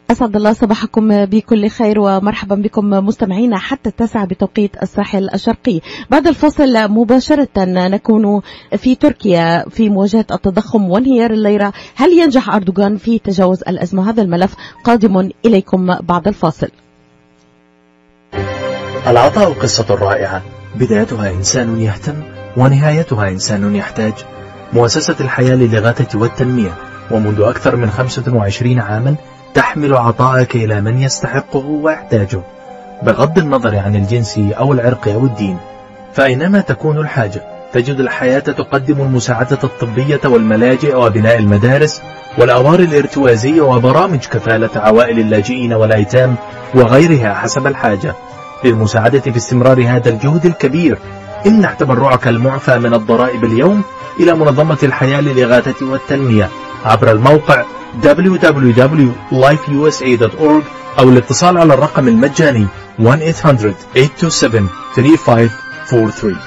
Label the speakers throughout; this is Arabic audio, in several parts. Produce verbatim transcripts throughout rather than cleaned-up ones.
Speaker 1: أسعد الله صباحكم بكل خير ومرحبا بكم مستمعينا حتى التاسعة بتوقيت الساحل الشرقي. بعد الفاصل مباشرة نكون في تركيا في مواجهة التضخم وانهيار الليرة. هل ينجح أردوغان في تجاوز الأزمة؟ هذا الملف قادم إليكم بعد الفاصل.
Speaker 2: العطاء قصة رائعة، بدايتها إنسان يهتم ونهايتها إنسان يحتاج. مؤسسة الحياة للإغاثة والتنمية، ومنذ أكثر من خمسة وعشرين عاما تحمل عطاءك إلى من يستحقه ويحتاجه، بغض النظر عن الجنس أو العرق أو الدين. فأينما تكون الحاجة تجد الحياة تقدم المساعدة الطبية والملاجئ وبناء المدارس والأوار الارتوازية وبرامج كفالة عوائل اللاجئين والأيتام وغيرها حسب الحاجة. للمساعدة في استمرار هذا الجهد الكبير امنح تبرعك المعفى من الضرائب اليوم إلى منظمة الحياة للإغاثة والتنمية عبر الموقع دبليو دبليو دبليو دوت لايف يو اس اي دوت اورج أو الاتصال على الرقم المجاني واحد ثمانية صفر صفر ثمانية اثنين سبعة ثلاثة خمسة أربعة ثلاثة.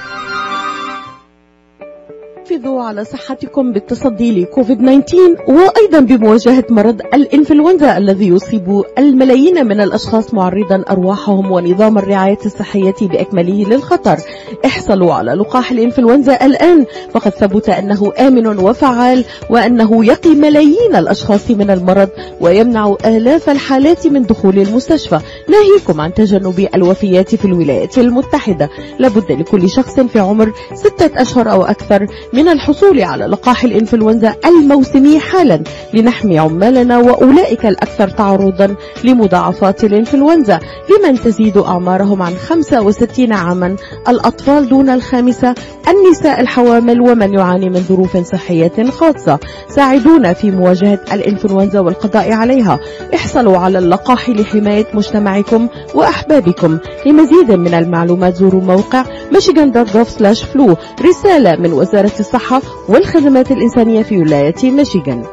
Speaker 1: حافظوا على صحتكم بالتصدي لكوفيد تسعة عشر وأيضا بمواجهة مرض الإنفلونزا الذي يصيب الملايين من الأشخاص معرضا أرواحهم ونظام الرعاية الصحية بأكمله للخطر. احصلوا على لقاح الإنفلونزا الآن، فقد ثبت أنه آمن وفعال وأنه يقي ملايين الأشخاص من المرض ويمنع آلاف الحالات من دخول المستشفى، ناهيكم عن تجنب الوفيات في الولايات المتحدة. لابد لكل شخص في عمر ستة أشهر أو أكثر من الحصول على لقاح الإنفلونزا الموسمي حالا لنحمي عمالنا وأولئك الأكثر تعرضا لمضاعفات الإنفلونزا لمن تزيد أعمارهم عن خمسة وستين عاما، الأطفال دون الخامسة، النساء الحوامل ومن يعاني من ظروف صحية خاصة. ساعدونا في مواجهة الإنفلونزا والقضاء عليها. احصلوا على اللقاح لحماية مجتمعكم وأحبابكم. لمزيد من المعلومات زوروا موقع ميشيغان دوت جوف سلاش فلو. رسالة من وزارة الصحة والخدمات الإنسانية في ولاية ميشيغان.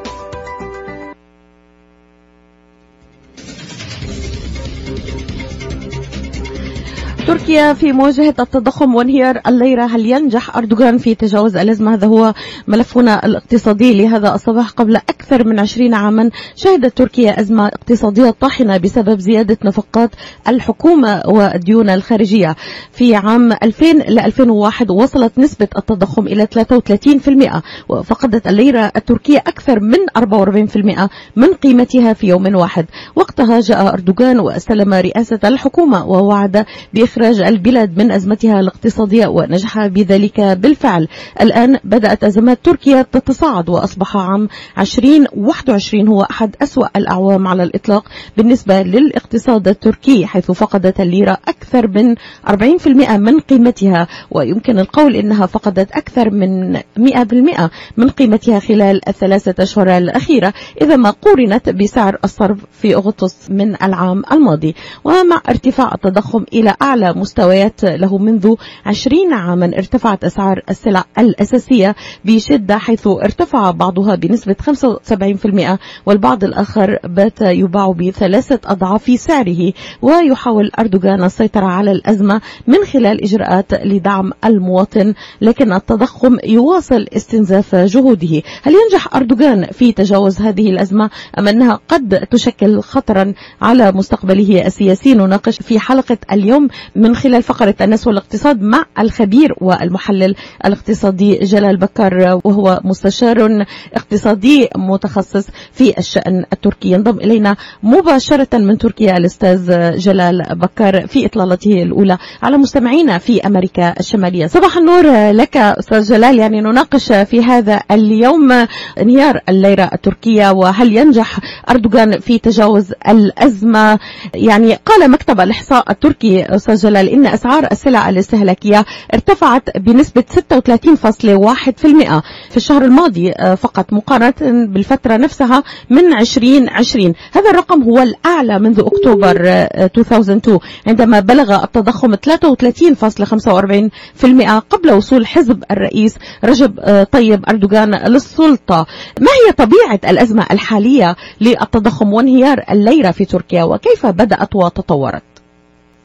Speaker 1: تركيا في مواجهة التضخم وانهيار الليرة. هل ينجح أردوغان في تجاوز الأزمة؟ هذا هو ملفنا الاقتصادي لهذا الصباح. قبل أكثر من عشرين عاما شهدت تركيا أزمة اقتصادية طاحنة بسبب زيادة نفقات الحكومة والديون الخارجية. في عام ألفين ل ألفين وواحد وصلت نسبة التضخم إلى ثلاثة وثلاثين بالمئة، وفقدت الليرة التركية أكثر من أربعة وأربعين بالمئة من قيمتها في يوم واحد. وقتها جاء أردوغان واستلم رئاسة الحكومة ووعد بإخراج البلاد من أزمتها الاقتصادية ونجح بذلك بالفعل. الآن بدأت أزمات تركيا تتصاعد وأصبح عام ألفين وواحد وعشرين هو أحد أسوأ الأعوام على الإطلاق بالنسبة للاقتصاد التركي، حيث فقدت الليرة أكثر من أربعين بالمئة من قيمتها، ويمكن القول إنها فقدت أكثر من مئة بالمئة من قيمتها خلال الثلاثة أشهر الأخيرة إذا ما قورنت بسعر الصرف في أغسطس من العام الماضي. ومع ارتفاع التضخم إلى أعلى مستويات له منذ عشرين عاما ارتفعت أسعار السلع الأساسية بشدة، حيث ارتفع بعضها بنسبة خمسة وسبعين بالمئة والبعض الآخر بات يباع بثلاثة أضعاف سعره. ويحاول أردوغان السيطرة على الأزمة من خلال إجراءات لدعم المواطن، لكن التضخم يواصل استنزاف جهوده. هل ينجح أردوغان في تجاوز هذه الأزمة أم أنها قد تشكل خطرا على مستقبله السياسي؟ نناقش في حلقة اليوم من خلال فقرة الناس والاقتصاد مع الخبير والمحلل الاقتصادي جلال بكر، وهو مستشار اقتصادي متخصص في الشأن التركي. ينضم إلينا مباشرة من تركيا الأستاذ جلال بكر في إطلالته الأولى على مستمعينا في أمريكا الشمالية. صباح النور لك أستاذ جلال. يعني نناقش في هذا اليوم انهيار الليرة التركية وهل ينجح أردوغان في تجاوز الأزمة. يعني قال مكتب الإحصاء التركي أستاذ جلال إن أسعار السلع الاستهلاكية ارتفعت بنسبة ستة وثلاثين فاصلة واحد بالمئة في الشهر الماضي فقط مقارنة بالفترة نفسها من عشرين عشرين. هذا الرقم هو الأعلى منذ أكتوبر ألفين واثنين عندما بلغ التضخم ثلاثة وثلاثين فاصلة خمسة وأربعين بالمئة قبل وصول حزب الرئيس رجب طيب أردوغان للسلطة. ما هي طبيعة الأزمة الحالية للتضخم وانهيار الليرة في تركيا وكيف بدأت وتطورت؟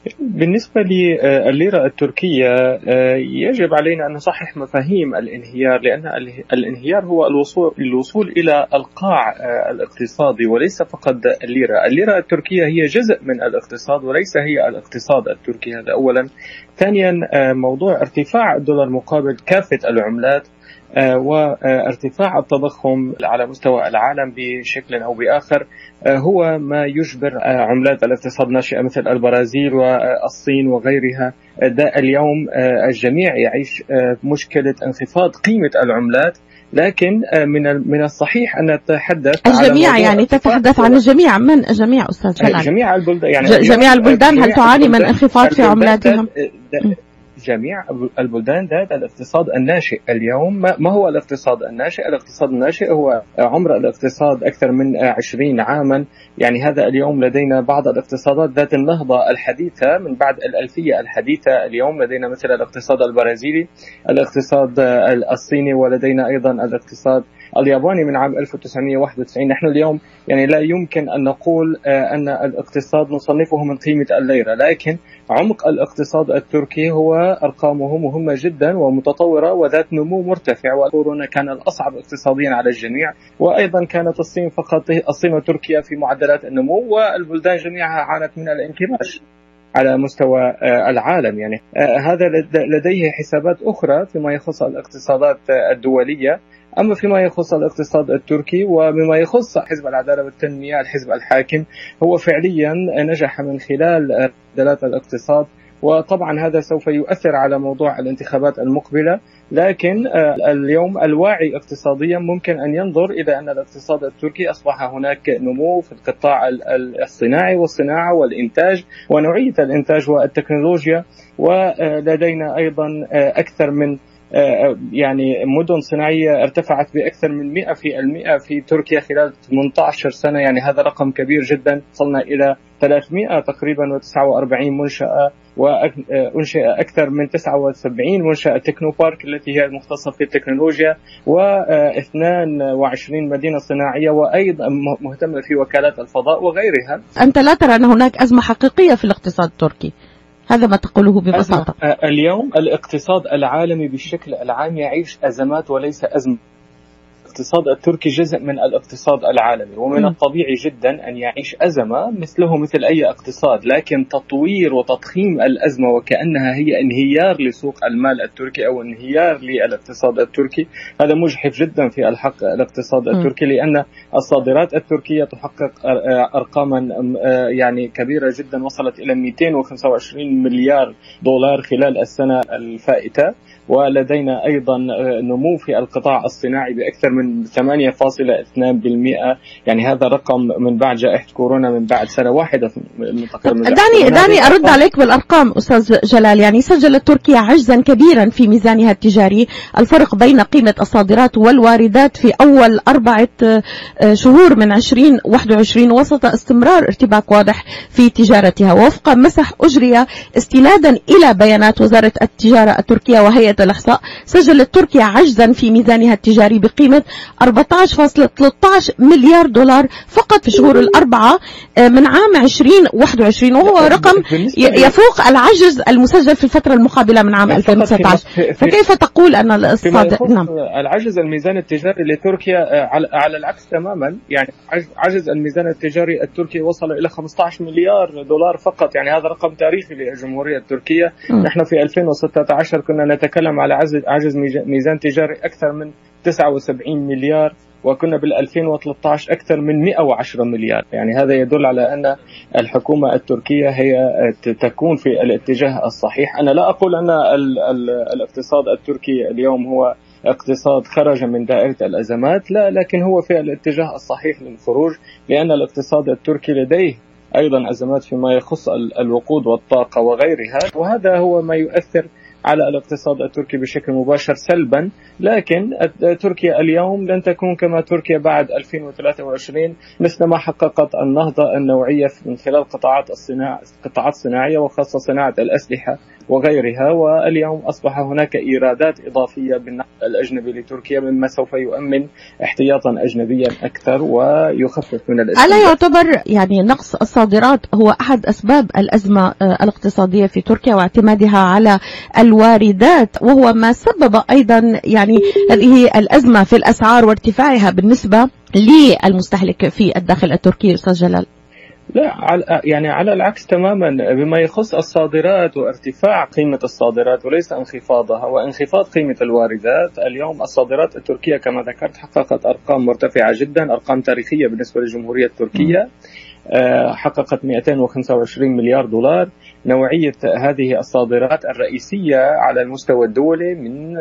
Speaker 3: بالنسبة للليرة التركية يجب علينا أن نصحح مفاهيم الانهيار، لأن الانهيار هو الوصول الوصول إلى القاع الاقتصادي وليس فقط الليرة. الليرة التركية هي جزء من الاقتصاد وليس هي الاقتصاد التركي، هذا أولا. ثانيا موضوع ارتفاع الدولار مقابل كافة العملات وارتفاع التضخم على مستوى العالم بشكل أو بآخر هو ما يجبر عملات الاقتصاد الناشئة مثل البرازيل والصين وغيرها. اليوم الجميع يعيش مشكلة انخفاض قيمة العملات، لكن من من الصحيح أن نتحدث
Speaker 1: الجميع على يعني تتحدث عن الجميع. من الجميع أستاذ جلال؟
Speaker 3: جميع البلدان، يعني
Speaker 1: جميع البلدان هل تعاني من انخفاض في عملاتهم؟
Speaker 3: جميع البلدان ذات الاقتصاد الناشئ. اليوم ما هو الاقتصاد الناشئ؟ الاقتصاد الناشئ هو عمر الاقتصاد أكثر من عشرين عاما. يعني هذا اليوم لدينا بعض الاقتصادات ذات النهضة الحديثة من بعد الألفية الحديثة. اليوم لدينا مثل الاقتصاد البرازيلي، الاقتصاد الصيني، ولدينا أيضا الاقتصاد الياباني من عام ألف وتسعمائة وواحد وتسعين. نحن اليوم يعني لا يمكن أن نقول أن الاقتصاد نصنفه من قيمة الليرة، لكن عمق الاقتصاد التركي هو أرقامه مهمة جدا ومتطورة وذات نمو مرتفع، وكورونا كان الأصعب اقتصاديا على الجميع، وأيضا كانت الصين فقط الصين وتركيا في معدلات النمو، والبلدان جميعها عانت من الانكماش على مستوى العالم. يعني هذا لديه حسابات أخرى فيما يخص الاقتصادات الدولية. أما فيما يخص الاقتصاد التركي ومما يخص حزب العدالة والتنمية الحزب الحاكم، هو فعليا نجح من خلال معدلات الاقتصاد، وطبعا هذا سوف يؤثر على موضوع الانتخابات المقبلة. لكن اليوم الواعي اقتصاديا ممكن أن ينظر إلى أن الاقتصاد التركي أصبح هناك نمو في القطاع الصناعي والصناعة والإنتاج ونوعية الإنتاج والتكنولوجيا، ولدينا أيضا أكثر من يعني مدن صناعية ارتفعت بأكثر من مئة في المئة في تركيا خلال ثمانية عشر سنة. يعني هذا رقم كبير جدا. وصلنا إلى ثلاثمئة تقريبا وتسعة وأربعين منشأة، وأنشئ أكثر من تسعة وسبعين منشأة تكنو بارك التي هي المختصة في التكنولوجيا، واثنين وعشرين مدينة صناعية، وأيضا مهتمة في وكالات الفضاء وغيرها.
Speaker 1: أنت لا ترى أن هناك أزمة حقيقية في الاقتصاد التركي؟ هذا ما تقوله ببساطة.
Speaker 3: اليوم الاقتصاد العالمي بالشكل العام يعيش أزمات وليس أزمة. الاقتصاد التركي جزء من الاقتصاد العالمي، ومن الطبيعي جدا أن يعيش أزمة مثله مثل أي اقتصاد، لكن تطوير وتضخيم الأزمة وكأنها هي انهيار لسوق المال التركي أو انهيار للاقتصاد التركي، هذا مجحف جدا في الحق الاقتصاد التركي، لأن الصادرات التركية تحقق أرقاما يعني كبيرة جدا، وصلت إلى مئتين وخمسة وعشرين مليار دولار خلال السنة الفائتة. ولدينا أيضا نمو في القطاع الصناعي بأكثر من ثمانية فاصلة اثنين بالمئة. يعني هذا رقم من بعد جائحة كورونا، من بعد سنة واحدة من تقريبا.
Speaker 1: دعني دعني أرد عليك بالأرقام أستاذ جلال. يعني سجلت تركيا عجزا كبيرا في ميزانها التجاري. الفرق بين قيمة الصادرات والواردات في أول أربعة شهور من عشرين واحد وعشرين وسط استمرار ارتباك واضح في تجارتها. وفق مسح أجري استنادا إلى بيانات وزارة التجارة التركية وهيئة الإحصاء، سجلت تركيا عجزا في ميزانها التجاري بقيمة أربعة عشر فاصلة ثلاثة عشر مليار دولار فقط في شهور الأربعة من عام عشرين واحد وعشرين، وهو رقم يفوق العجز المسجل في الفترة المقابلة من عام ألفين وتسعة عشر. فكيف تقول أن الاقتصاد
Speaker 3: نعم العجز الميزان التجاري لتركيا على العكس تماما؟ يعني عجز الميزان التجاري التركي وصل إلى خمسة عشر مليار دولار فقط. يعني هذا رقم تاريخي للجمهورية التركية. م. نحن في ألفين وستة عشر كنا نتكلم على عجز ميزان تجاري أكثر من تسعة وسبعين مليار، وكنا بالألفين وثلاثة عشر أكثر من مئة وعشرة مليار. يعني هذا يدل على أن الحكومة التركية هي تكون في الاتجاه الصحيح. أنا لا أقول أن ال ال الاقتصاد التركي اليوم هو اقتصاد خرج من دائرة الأزمات، لا، لكن هو في الاتجاه الصحيح للخروج، لأن الاقتصاد التركي لديه أيضا أزمات فيما يخص الوقود والطاقة وغيرها، وهذا هو ما يؤثر على الاقتصاد التركي بشكل مباشر سلبا. لكن تركيا اليوم لن تكون كما تركيا بعد ألفين وثلاثة وعشرين مثلما حققت النهضة النوعية من خلال قطاعات الصناعة قطاعات صناعية وخاصة صناعة الأسلحة وغيرها. واليوم أصبح هناك إيرادات إضافية بالنقد الأجنبي لتركيا مما سوف يؤمن احتياطا أجنبيا أكثر ويخفف من الاستنزاف.
Speaker 1: ألا يعتبر يعني نقص الصادرات هو أحد أسباب الأزمة الاقتصادية في تركيا واعتمادها على الواردات، وهو ما سبب أيضا يعني هذه الأزمة في الأسعار وارتفاعها بالنسبة للمستهلك في الداخل التركي أستاذ جلال؟
Speaker 3: لا، يعني على العكس تماما بما يخص الصادرات وارتفاع قيمة الصادرات وليس انخفاضها وانخفاض قيمة الواردات. اليوم الصادرات التركية كما ذكرت حققت أرقام مرتفعة جدا، أرقام تاريخية بالنسبة للجمهورية التركية، حققت مئتين وخمسة وعشرين مليار دولار. نوعية هذه الصادرات الرئيسية على المستوى الدولي من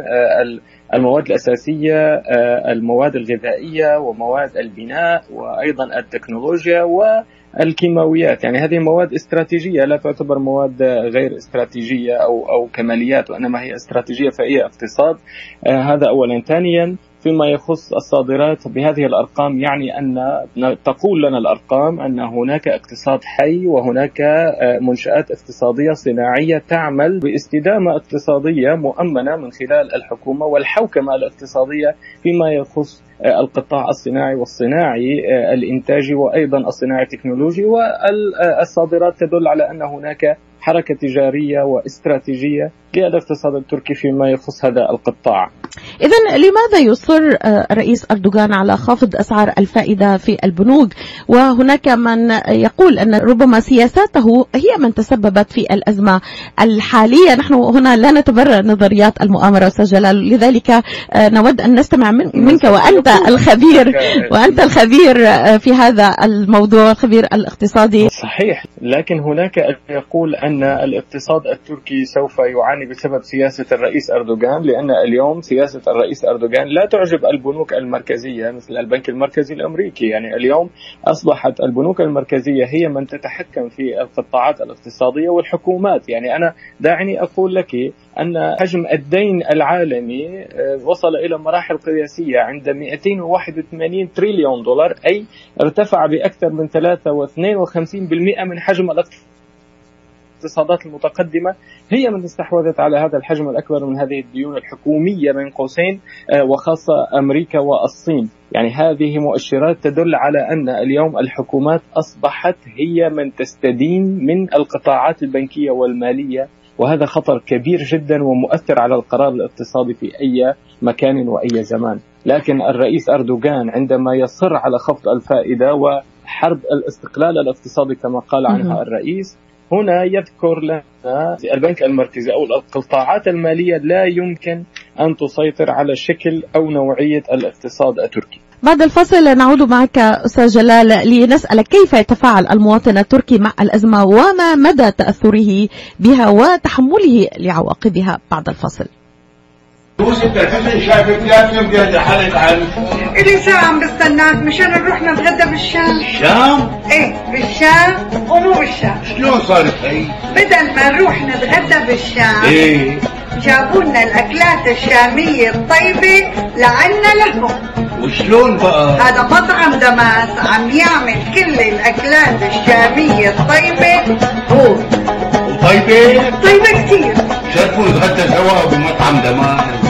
Speaker 3: المواد الأساسية، المواد الغذائية ومواد البناء وأيضا التكنولوجيا والكيماويات. يعني هذه مواد استراتيجية لا تعتبر مواد غير استراتيجية أو أو كماليات، وإنما هي استراتيجية فهي اقتصاد. هذا أولا. ثانيا فيما يخص الصادرات بهذه الأرقام يعني أن تقول لنا الأرقام أن هناك اقتصاد حي وهناك منشآت اقتصادية صناعية تعمل باستدامة اقتصادية مؤمنة من خلال الحكومة والحوكمة الاقتصادية فيما يخص القطاع الصناعي والصناعي الإنتاجي وأيضا الصناعي التكنولوجي. والصادرات تدل على أن هناك حركة تجارية واستراتيجية للاقتصاد التركي فيما يخص هذا القطاع.
Speaker 1: إذن لماذا يصر الرئيس أردوغان على خفض أسعار الفائدة في البنوك؟ وهناك من يقول أن ربما سياساته هي من تسببت في الأزمة الحالية. نحن هنا لا نتبرر نظريات المؤامرة أستاذ جلال، لذلك نود أن نستمع منك وأنت الخبير وأنت الخبير في هذا الموضوع، الخبير الاقتصادي.
Speaker 3: صحيح، لكن هناك يقول أن الاقتصاد التركي سوف يعاني بسبب سياسة الرئيس أردوغان، لأن اليوم سياسة الرئيس أردوغان لا تعجب البنوك المركزية مثل البنك المركزي الأمريكي. يعني اليوم أصبحت البنوك المركزية هي من تتحكم في القطاعات الاقتصادية والحكومات. يعني أنا داعني أقول لك أن حجم الدين العالمي وصل إلى مراحل قياسية عند مئتين وواحد وثمانين تريليون دولار، أي ارتفع بأكثر من ثلاثة واثنين وخمسين بالمئة من حجم الاقتصاد. الاقتصادات المتقدمة هي من استحوذت على هذا الحجم الأكبر من هذه الديون الحكومية بين قوسين، وخاصة أمريكا والصين. يعني هذه مؤشرات تدل على أن اليوم الحكومات أصبحت هي من تستدين من القطاعات البنكية والمالية، وهذا خطر كبير جدا ومؤثر على القرار الاقتصادي في أي مكان وأي زمان. لكن الرئيس أردوغان عندما يصر على خفض الفائدة وحرب الاستقلال الاقتصادي كما قال عنها الرئيس، هنا يذكر لنا البنك المركزي أو القطاعات المالية لا يمكن أن تسيطر على شكل أو نوعية الاقتصاد التركي.
Speaker 1: بعد الفصل نعود معك أستاذ جلال لنسألك كيف يتفاعل المواطن التركي مع الأزمة وما مدى تأثره بها وتحمله لعواقبها بعد الفصل.
Speaker 4: إلي ساعة عم بستناك مشان نروح نتغدى بالشام.
Speaker 5: الشام؟
Speaker 4: ايه بالشام ومو بالشام.
Speaker 5: شلون صارت هي؟
Speaker 4: بدل ما نروح نتغدى بالشام
Speaker 5: ايه
Speaker 4: جابوا لنا الأكلات الشامية الطيبة لعنا لهم.
Speaker 5: وشلون بقى؟
Speaker 4: هذا مطعم دماس عم يعمل كل الأكلات الشامية الطيبة هو.
Speaker 5: وطيبة؟
Speaker 4: طيبة كتير.
Speaker 5: شرفوا نتغدى سوا بمطعم دماس.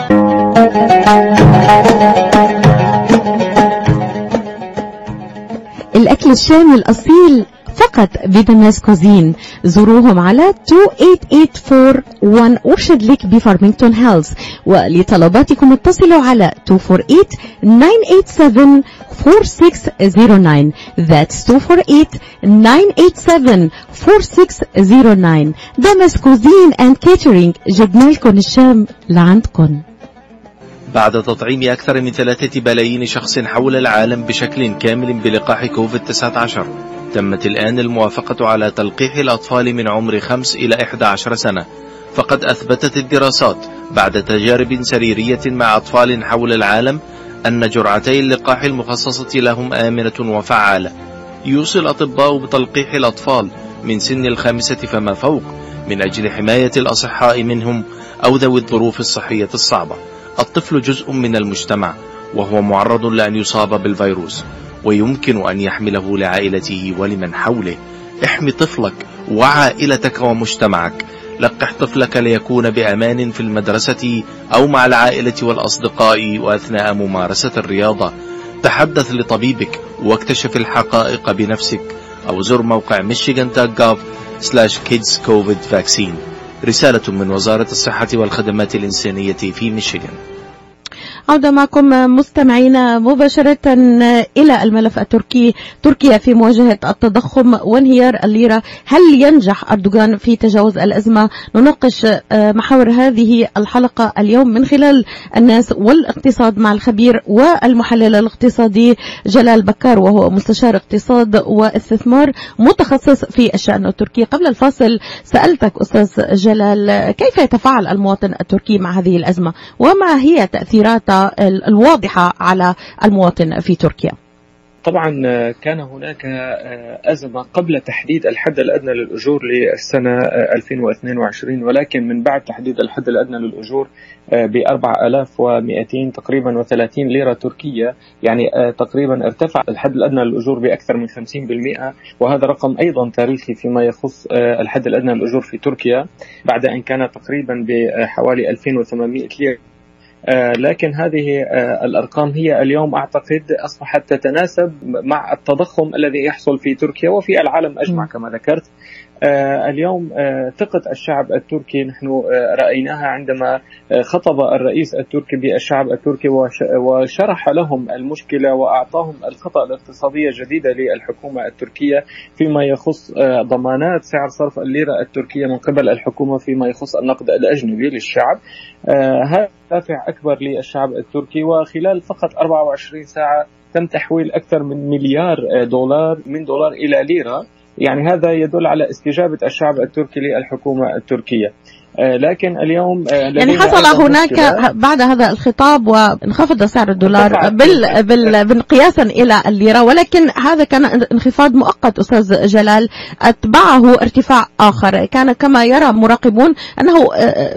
Speaker 1: الأكل الشامي الأصيل فقط بدماس كوزين. زوروهم على اثنين ثمانية ثمانية أربعة واحد أورشارد ليك بفارمينغتون هيلز، ولطلباتكم اتصلوا على اثنين أربعة ثمانية تسعة سبعة أربعة ستة صفر تسعة. That's اثنين أربعة ثمانية سبعة أربعة ستة صفر تسعة. دماس كوزين اند كاترينج، جبنا لكم الشام لعندكم.
Speaker 6: بعد تطعيم أكثر من ثلاثة بلايين شخص حول العالم بشكل كامل بلقاح كوفيد تسعة عشر، تمت الآن الموافقة على تلقيح الأطفال من عمر خمس إلى إحدى عشرة سنة. فقد أثبتت الدراسات بعد تجارب سريرية مع أطفال حول العالم أن جرعتي اللقاح المخصصة لهم آمنة وفعالة. يوصي الأطباء بتلقيح الأطفال من سن الخامسة فما فوق من أجل حماية الأصحاء منهم أو ذوي الظروف الصحية الصعبة. الطفل جزء من المجتمع وهو معرض لأن يصاب بالفيروس، ويمكن أن يحمله لعائلته ولمن حوله. احمي طفلك وعائلتك ومجتمعك. لقح طفلك ليكون بأمان في المدرسة أو مع العائلة والأصدقاء وأثناء ممارسة الرياضة. تحدث لطبيبك واكتشف الحقائق بنفسك، أو زر موقع ميشيغان دوت جوف سلاش كيدز كوفيد فاكسين. رسالة من وزارة الصحة والخدمات الإنسانية في ميشيغان.
Speaker 1: عودة معكم مستمعينا مباشرة إلى الملف التركي. تركيا في مواجهة التضخم وانهيار الليرة، هل ينجح أردوغان في تجاوز الأزمة؟ نناقش محاور هذه الحلقة اليوم من خلال الناس والاقتصاد مع الخبير والمحلل الاقتصادي جلال بكار، وهو مستشار اقتصاد واستثمار متخصص في الشأن التركي. قبل الفاصل سألتك أستاذ جلال كيف يتفاعل المواطن التركي مع هذه الأزمة، وما هي تأثيرات الواضحة على المواطن في تركيا؟
Speaker 3: طبعا كان هناك أزمة قبل تحديد الحد الأدنى للأجور للسنة ألفين واثنين وعشرين، ولكن من بعد تحديد الحد الأدنى للأجور ب أربعة آلاف ومئتين تقريبا وثلاثين ليرة تركية، يعني تقريبا ارتفع الحد الأدنى للأجور بأكثر من خمسين بالمئة، وهذا رقم أيضا تاريخي فيما يخص الحد الأدنى للأجور في تركيا بعد أن كان تقريبا بحوالي ألفين وثمانمئة ليرة. آه لكن هذه آه الأرقام هي اليوم أعتقد أصبحت تتناسب مع التضخم الذي يحصل في تركيا وفي العالم أجمع كما ذكرت. آه اليوم آه ثقة الشعب التركي نحن آه رأيناها عندما آه خطب الرئيس التركي بالشعب التركي وشرح لهم المشكلة وأعطاهم الخطة الاقتصادية الجديدة للحكومة التركية فيما يخص آه ضمانات سعر صرف الليرة التركية من قبل الحكومة فيما يخص النقد الأجنبي للشعب. آه هذا دافع أكبر للشعب التركي، وخلال فقط أربعة وعشرين ساعة تم تحويل أكثر من مليار دولار من دولار إلى ليرة، يعني هذا يدل على استجابة الشعب التركي للحكومة التركية. لكن اليوم
Speaker 1: يعني حصل هناك بعد هذا الخطاب وانخفض سعر الدولار بال بال قياسا إلى الليرة، ولكن هذا كان انخفاض مؤقت أستاذ جلال، أتبعه ارتفاع آخر كان كما يرى مراقبون أنه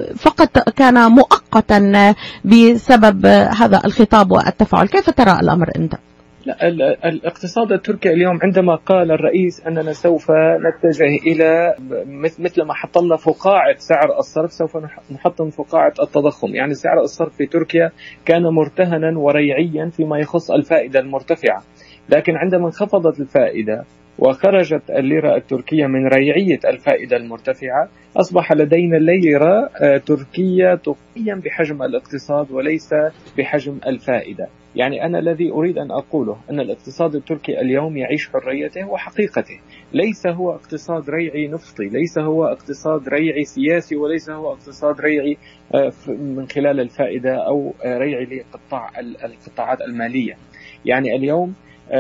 Speaker 1: فقط كان مؤقتا بسبب هذا الخطاب والتفاعل. كيف ترى الأمر أنت؟
Speaker 3: لا، الاقتصاد التركي اليوم عندما قال الرئيس أننا سوف نتجه إلى مثل ما حطلنا فقاعة سعر الصرف سوف نحطم فقاعة التضخم، يعني سعر الصرف في تركيا كان مرتهنا وريعيا فيما يخص الفائدة المرتفعة، لكن عندما انخفضت الفائدة وخرجت الليرة التركية من ريعية الفائدة المرتفعة أصبح لدينا ليرة تركية تقيم بحجم الاقتصاد وليس بحجم الفائدة. يعني أنا الذي أريد أن أقوله أن الاقتصاد التركي اليوم يعيش حريته وحقيقته، ليس هو اقتصاد ريعي نفطي، ليس هو اقتصاد ريعي سياسي، وليس هو اقتصاد ريعي من خلال الفائدة أو ريعي لقطاع القطاعات المالية. يعني اليوم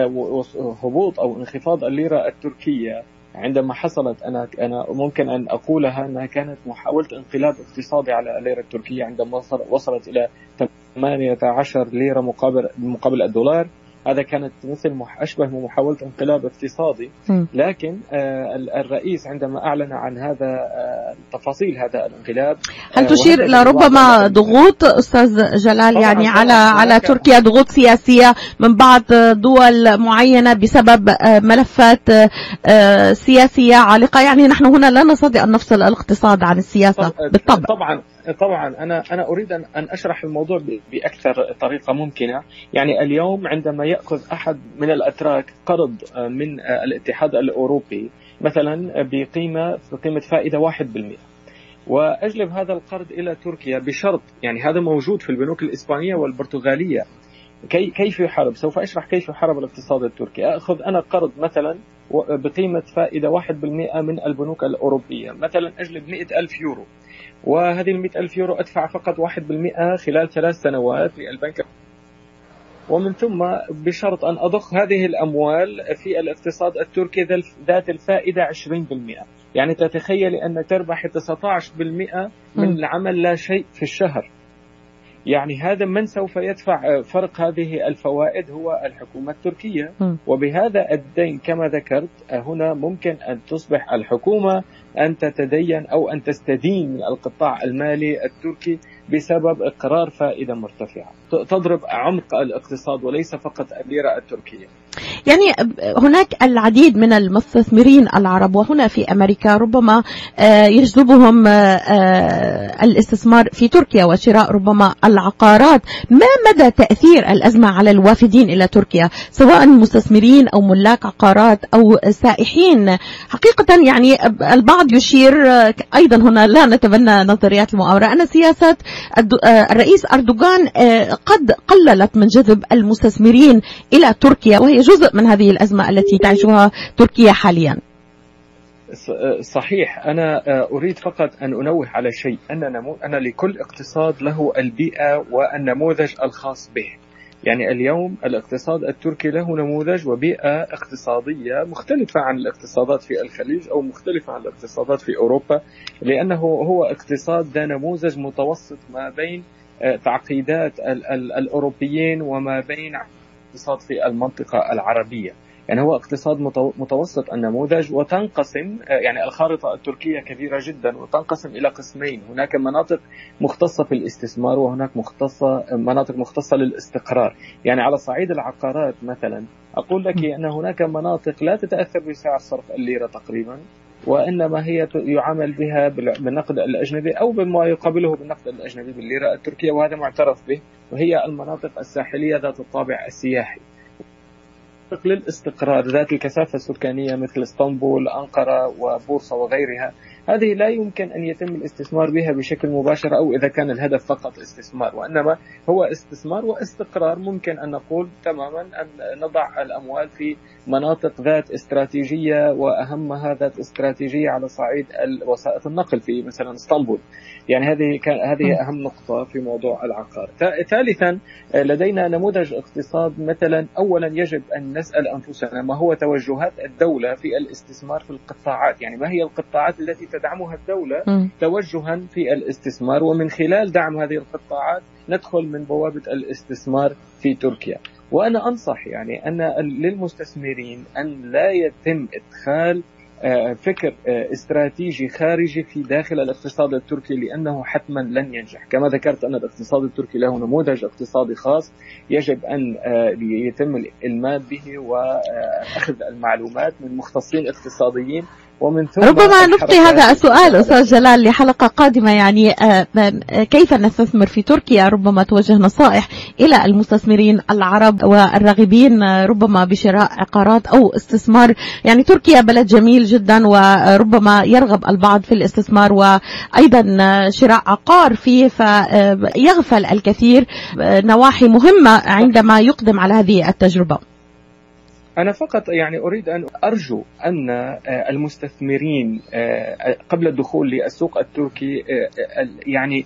Speaker 3: هبوط أو انخفاض الليرة التركية عندما حصلت، أنا أنا ممكن أن أقولها أنها كانت محاولة انقلاب اقتصادي على الليرة التركية عندما وصلت إلى ثمانية عشر ليرة مقابل مقابل الدولار. هذا كانت مثل أشبه محاولة انقلاب اقتصادي، لكن الرئيس عندما أعلن عن هذا تفاصيل هذا الانقلاب،
Speaker 1: هل تشير إلى ربما ضغوط أستاذ جلال يعني على على تركيا، ضغوط سياسية من بعض دول معينة بسبب ملفات سياسية عالقة؟ يعني نحن هنا لا نستطيع أن نفصل الاقتصاد عن السياسة بالطبع.
Speaker 3: طبعا طبعا أنا أنا أريد أن أشرح الموضوع بأكثر طريقة ممكنة. يعني اليوم عندما يأخذ أحد من الأتراك قرض من الاتحاد الأوروبي مثلا بقيمة بقيمة فائدة واحد بالمئة، وأجلب هذا القرض إلى تركيا بشرط، يعني هذا موجود في البنوك الإسبانية والبرتغالية، كي كيف يحارب؟ سوف أشرح كيف يحارب الاقتصاد التركي. أخذ أنا قرض مثلا بقيمة فائدة واحد بالمئة من البنوك الأوروبية، مثلا أجلب مئة ألف يورو، وهذه المئة ألف يورو أدفع فقط واحد بالمئة خلال ثلاث سنوات للبنك، ومن ثم بشرط أن أضخ هذه الأموال في الاقتصاد التركي ذات الفائدة عشرين بالمئة. يعني تتخيل أنك تربح تسعة عشر بالمئة من العمل لا شيء في الشهر. يعني هذا من سوف يدفع فرق هذه الفوائد هو الحكومة التركية. وبهذا الدين كما ذكرت هنا ممكن أن تصبح الحكومة أن تتدين أو أن تستدين من القطاع المالي التركي بسبب إقرار فائدة مرتفعة تضرب عمق الاقتصاد وليس فقط الليرة التركية.
Speaker 1: يعني هناك العديد من المستثمرين العرب وهنا في أمريكا ربما يجذبهم الاستثمار في تركيا وشراء ربما العقارات. ما مدى تأثير الأزمة على الوافدين إلى تركيا سواء مستثمرين أو ملاك عقارات أو سائحين؟ حقيقة يعني البعض يشير أيضا هنا لا نتبنى نظريات المؤامرة أن سياسة الرئيس أردوغان قد قللت من جذب المستثمرين إلى تركيا وهي جزء من هذه الأزمة التي تعيشها تركيا حاليا.
Speaker 3: صحيح. أنا أريد فقط أن أنوه على شيء أن نمو... أن لكل اقتصاد له البيئة والنموذج الخاص به. يعني اليوم الاقتصاد التركي له نموذج وبيئة اقتصادية مختلفة عن الاقتصادات في الخليج أو مختلفة عن الاقتصادات في أوروبا، لأنه هو اقتصاد ذا نموذج متوسط ما بين تعقيدات الأوروبيين وما بين اقتصاد في المنطقة العربية. يعني هو اقتصاد متوسط النموذج وتنقسم، يعني الخارطة التركية كبيرة جدا وتنقسم إلى قسمين، هناك مناطق مختصة في الاستثمار وهناك مختصة مناطق مختصة للاستقرار. يعني على صعيد العقارات مثلا أقول لك أن هناك مناطق لا تتأثر بسعر صرف الليرة تقريبا، وإنما هي يعامل بها بالنقد الأجنبي أو بما يقابله بالنقد الأجنبي بالليرة التركية، وهذا معترف به، وهي المناطق الساحلية ذات الطابع السياحي للاستقرار ذات الكثافة السكانية مثل اسطنبول، أنقرة وبورصة وغيرها. هذه لا يمكن أن يتم الاستثمار بها بشكل مباشر أو إذا كان الهدف فقط استثمار، وإنما هو استثمار واستقرار. ممكن أن نقول تماما أن نضع الأموال في مناطق ذات استراتيجية وأهمها ذات استراتيجية على صعيد وسائط النقل في مثلا اسطنبول. يعني هذه هذه أهم نقطة في موضوع العقار. ثالثا لدينا نموذج اقتصاد مثلا. أولا يجب أن نسأل أنفسنا ما هو توجهات الدولة في الاستثمار في القطاعات، يعني ما هي القطاعات التي تدعمها الدولة م. توجها في الاستثمار، ومن خلال دعم هذه القطاعات ندخل من بوابة الاستثمار في تركيا. وأنا أنصح يعني أن للمستثمرين أن لا يتم إدخال فكر استراتيجي خارجي في داخل الاقتصاد التركي، لأنه حتما لن ينجح. كما ذكرت أن الاقتصاد التركي له نموذج اقتصادي خاص يجب أن يتم الإلمام به وأخذ المعلومات من مختصين اقتصاديين، ومن ثم
Speaker 1: ربما نبقي هذا السؤال أستاذ جلال لحلقة قادمة. يعني كيف نستثمر في تركيا؟ ربما توجه نصائح إلى المستثمرين العرب والراغبين ربما بشراء عقارات أو استثمار. يعني تركيا بلد جميل جدا وربما يرغب البعض في الاستثمار وأيضا شراء عقار فيه، فيغفل الكثير نواحي مهمة عندما يقدم على هذه التجربة.
Speaker 3: أنا فقط يعني أريد أن أرجو أن المستثمرين قبل الدخول للسوق التركي يعني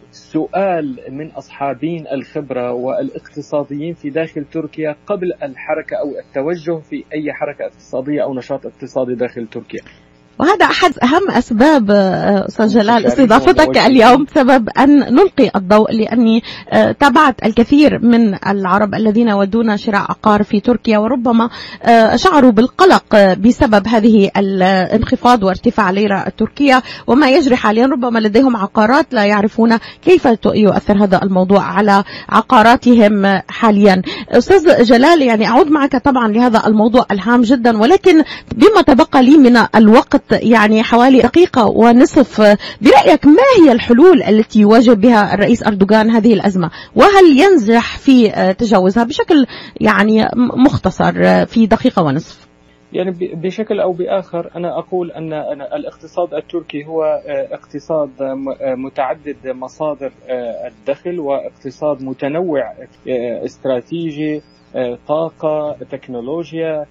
Speaker 3: سؤال من أصحابين الخبرة والاقتصاديين في داخل تركيا قبل الحركة أو التوجه في أي حركة اقتصادية أو نشاط اقتصادي داخل تركيا.
Speaker 1: وهذا أحد أهم أسباب أستاذ جلال استضافتك اليوم، سبب أن نلقي الضوء، لأني تابعت الكثير من العرب الذين يودون شراء عقار في تركيا وربما شعروا بالقلق بسبب هذه الانخفاض وارتفاع الليرة التركية وما يجري حاليا. ربما لديهم عقارات لا يعرفون كيف يؤثر هذا الموضوع على عقاراتهم حاليا. أستاذ جلال يعني أعود معك طبعا لهذا الموضوع الهام جدا، ولكن بما تبقى لي من الوقت يعني حوالي دقيقة ونصف، برأيك ما هي الحلول التي يواجه بها الرئيس أردوغان هذه الأزمة، وهل ينجح في تجاوزها بشكل يعني مختصر في دقيقة ونصف؟
Speaker 3: يعني بشكل أو بآخر أنا أقول أن الاقتصاد التركي هو اقتصاد متعدد مصادر الدخل واقتصاد متنوع، استراتيجي، طاقة، تكنولوجيا،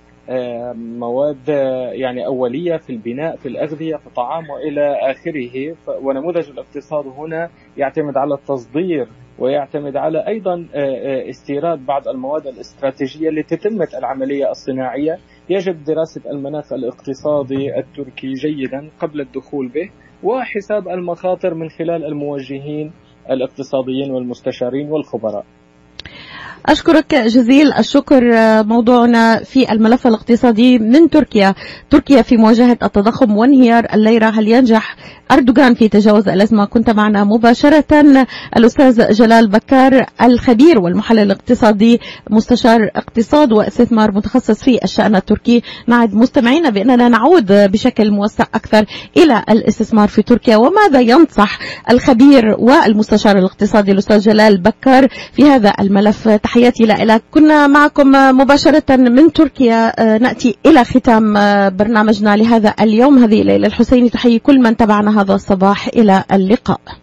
Speaker 3: مواد يعني أولية في البناء، في الأغذية، في الطعام وإلى آخره. ونموذج الاقتصاد هنا يعتمد على التصدير ويعتمد على أيضا استيراد بعض المواد الاستراتيجية لتتمة العملية الصناعية. يجب دراسة المناخ الاقتصادي التركي جيدا قبل الدخول به، وحساب المخاطر من خلال الموجهين الاقتصاديين والمستشارين والخبراء.
Speaker 1: أشكرك جزيل الشكر. موضوعنا في الملف الاقتصادي من تركيا. تركيا في مواجهة التضخم وانهيار الليرة، هل ينجح أردوغان في تجاوز الأزمة؟ كنت معنا مباشرة الأستاذ جلال بكار الخبير والمحلل الاقتصادي، مستشار اقتصاد واستثمار متخصص في الشأن التركي. نعد مستمعينا بأننا نعود بشكل موسع أكثر إلى الاستثمار في تركيا، وماذا ينصح الخبير والمستشار الاقتصادي الأستاذ جلال بكار في هذا الملف. تحياتي لك. كنا معكم مباشرة من تركيا. نأتي إلى ختام برنامجنا لهذا اليوم. هذه ليلى الحسيني تحيي كل من تابعنا هذا الصباح. إلى اللقاء.